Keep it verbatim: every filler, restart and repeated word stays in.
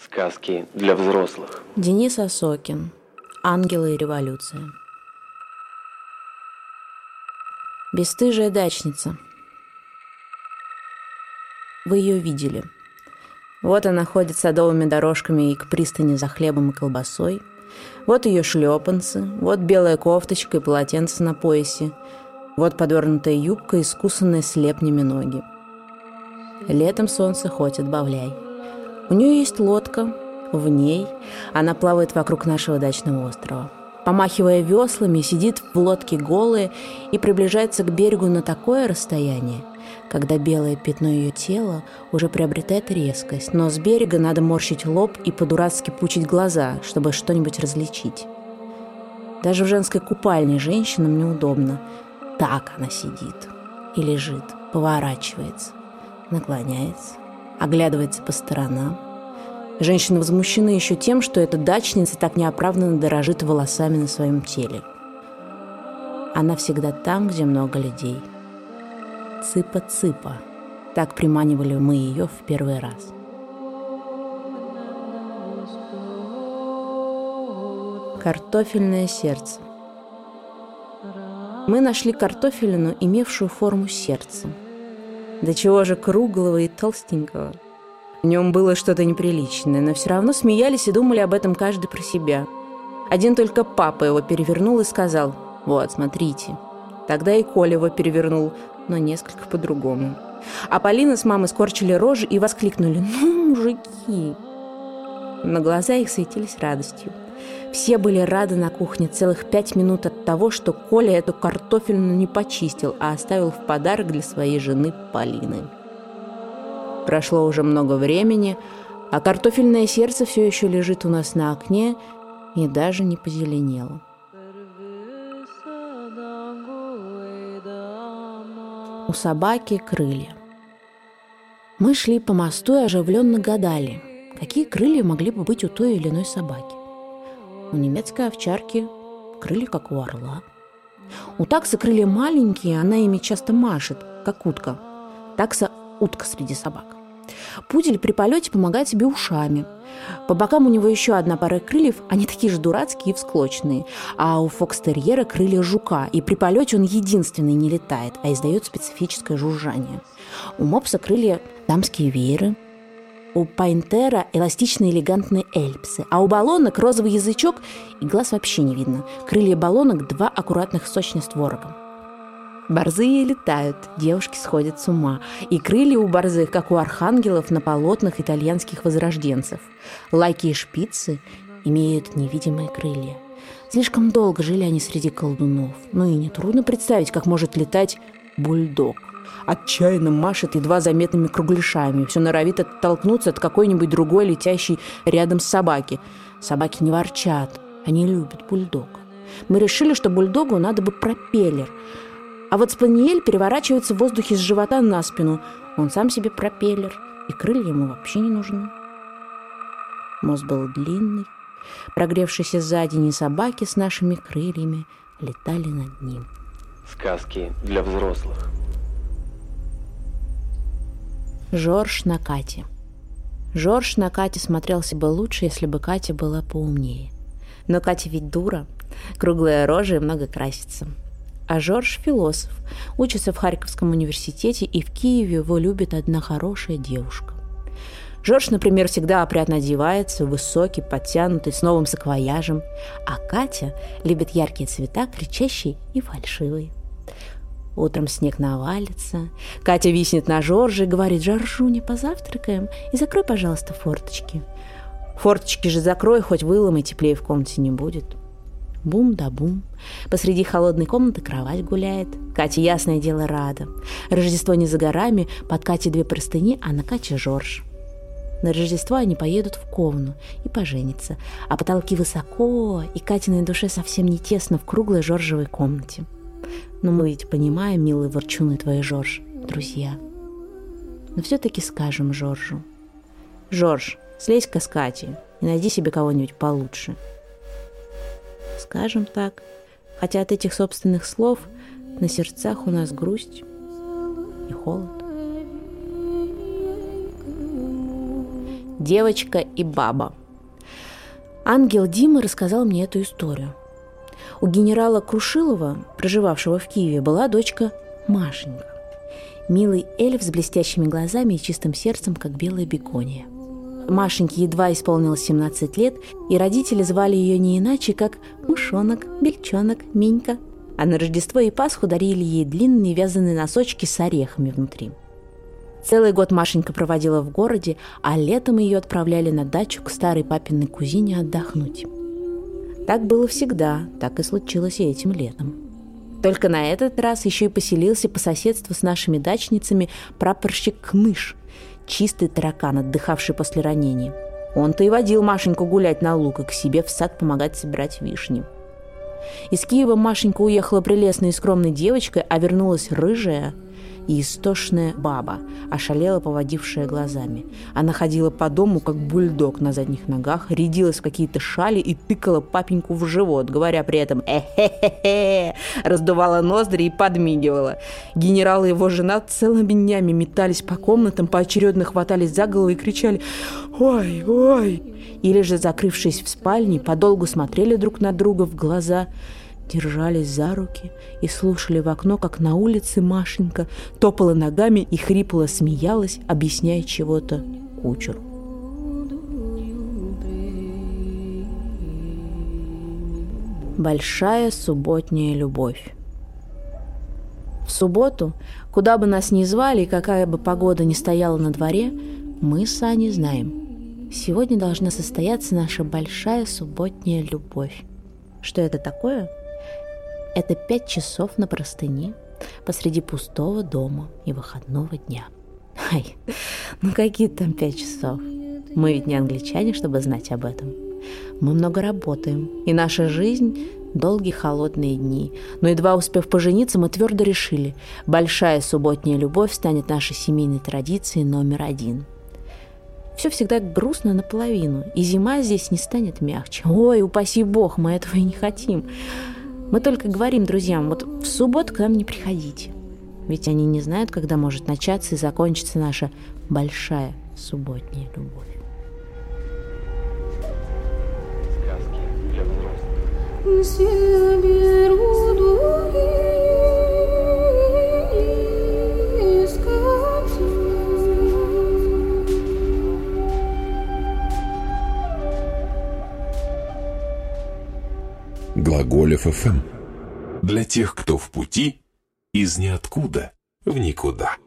Сказки для взрослых. Денис Осокин. Ангелы и революция. Бесстыжая дачница. Вы ее видели. Вот она ходит садовыми дорожками и к пристани за хлебом и колбасой. Вот ее шлепанцы, вот белая кофточка и полотенце на поясе, вот подвернутая юбка и скусанные слепнями ноги. Летом солнце хоть отбавляй. У нее есть лодка, в ней она плавает вокруг нашего дачного острова. Помахивая веслами, сидит в лодке голая и приближается к берегу на такое расстояние, когда белое пятно ее тела уже приобретает резкость, но с берега надо морщить лоб и по-дурацки пучить глаза, чтобы что-нибудь различить. Даже в женской купальне женщинам неудобно. Так она сидит и лежит, поворачивается, наклоняется, оглядывается по сторонам. Женщины возмущены еще тем, что эта дачница так неоправданно дорожит волосами на своем теле. Она всегда там, где много людей. Цыпа-цыпа. Так приманивали мы ее в первый раз. Картофельное сердце. Мы нашли картофелину, имевшую форму сердца. До чего же круглого и толстенького. В нем было что-то неприличное, но все равно смеялись и думали об этом каждый про себя. Один только папа его перевернул и сказал: «Вот, смотрите». Тогда и Коля его перевернул, но несколько по-другому. А Полина с мамой скорчили рожи и воскликнули: «Ну, мужики!» Но глаза их светились радостью. Все были рады на кухне целых пять минут от того, что Коля эту картофельну не почистил, а оставил в подарок для своей жены Полины. Прошло уже много времени, а картофельное сердце все еще лежит у нас на окне и даже не позеленело. У собаки крылья. Мы шли по мосту и оживленно гадали, какие крылья могли бы быть у той или иной собаки. У немецкой овчарки крылья, как у орла. У таксы крылья маленькие, она ими часто машет, как утка. Такса – утка среди собак. Пудель при полете помогает себе ушами. По бокам у него еще одна пара крыльев, они такие же дурацкие и всклоченные. А у фокстерьера крылья жука, и при полете он единственный не летает, а издает специфическое жужжание. У мопса крылья дамские вееры. У пайнтера эластичные элегантные эльпсы, а у баллонок розовый язычок и глаз вообще не видно. Крылья баллонок – два аккуратных сочных створога. Борзые летают, девушки сходят с ума. И крылья у борзых, как у архангелов на полотнах итальянских возрожденцев. Лайки и шпицы имеют невидимые крылья. Слишком долго жили они среди колдунов. Ну и нетрудно представить, как может летать бульдог. Отчаянно машет едва заметными кругляшами, все норовит оттолкнуться от какой-нибудь другой летящей рядом собаки. Собаки не ворчат, они любят бульдога. Мы решили, что бульдогу надо бы пропеллер. А вот спаниель переворачивается в воздухе с живота на спину. Он сам себе пропеллер, и крылья ему вообще не нужны. Мост был длинный. Прогревшиеся за день и собаки с нашими крыльями летали над ним. Сказки для взрослых. Жорж на Кате. Жорж на Кате смотрелся бы лучше, если бы Катя была поумнее. Но Катя ведь дура, круглая рожа и много красится. А Жорж – философ, учится в Харьковском университете, и в Киеве его любит одна хорошая девушка. Жорж, например, всегда опрятно одевается, высокий, подтянутый, с новым саквояжем, а Катя любит яркие цвета, кричащие и фальшивые. Утром снег навалится, Катя виснет на Жорже и говорит: «Жоржуня, позавтракаем и закрой, пожалуйста, форточки». «Форточки же закрой, хоть вылом, и теплее в комнате не будет». Бум да бум. Посреди холодной комнаты кровать гуляет. Катя, ясное дело, рада. Рождество не за горами, под Катей две простыни, а на Кате Жорж. На Рождество они поедут в Ковну и поженятся, а потолки высоко, и Катиной душе совсем не тесно в круглой Жоржевой комнате. Но мы ведь понимаем, милые ворчуны твои, Жорж, друзья. Но все-таки скажем Жоржу: «Жорж, слезь-ка с Катей и найди себе кого-нибудь получше». Скажем так, хотя от этих собственных слов на сердцах у нас грусть и холод. Девочка и баба. Ангел Дима рассказал мне эту историю. У генерала Крушилова, проживавшего в Киеве, была дочка Машенька. Милый эльф с блестящими глазами и чистым сердцем, как белая бекония. Машеньке едва исполнилось семнадцать лет, и родители звали ее не иначе, как Мышонок, Бельчонок, Минька. А на Рождество и Пасху дарили ей длинные вязаные носочки с орехами внутри. Целый год Машенька проводила в городе, а летом ее отправляли на дачу к старой папиной кузине отдохнуть. Так было всегда, так и случилось и этим летом. Только на этот раз еще и поселился по соседству с нашими дачницами прапорщик Кмыш, чистый таракан, отдыхавший после ранения. Он-то и водил Машеньку гулять на луг и к себе в сад помогать собирать вишни. Из Киева Машенька уехала прелестной и скромной девочкой, а вернулась рыжая и истошная баба, ошалела, поводившая глазами. Она ходила по дому, как бульдог на задних ногах, рядилась в какие-то шали и тыкала папеньку в живот, говоря при этом «э-хе-хе-хе», раздувала ноздри и подмигивала. Генерал и его жена целыми днями метались по комнатам, поочередно хватались за голову и кричали «Ой, ой!» Или же, закрывшись в спальне, подолгу смотрели друг на друга в глаза, держались за руки и слушали в окно, как на улице Машенька топала ногами и хрипло смеялась, объясняя чего-то кучеру. Большая субботняя любовь. В субботу, куда бы нас ни звали и какая бы погода ни стояла на дворе, мы с Аней знаем. Сегодня должна состояться наша большая субботняя любовь. Что это такое? Это пять часов на простыне посреди пустого дома и выходного дня. Ай, ну какие там пять часов? Мы ведь не англичане, чтобы знать об этом. Мы много работаем, и наша жизнь – долгие холодные дни. Но едва успев пожениться, мы твердо решили – большая субботняя любовь станет нашей семейной традицией номер один. Все всегда грустно наполовину, и зима здесь не станет мягче. Ой, упаси бог, мы этого и не хотим. Мы только говорим друзьям, вот в субботу к нам не приходите. Ведь они не знают, когда может начаться и закончиться наша большая субботняя любовь. Сказки для взрослых. Глаголев эф эм. Для тех, кто в пути из ниоткуда в никуда.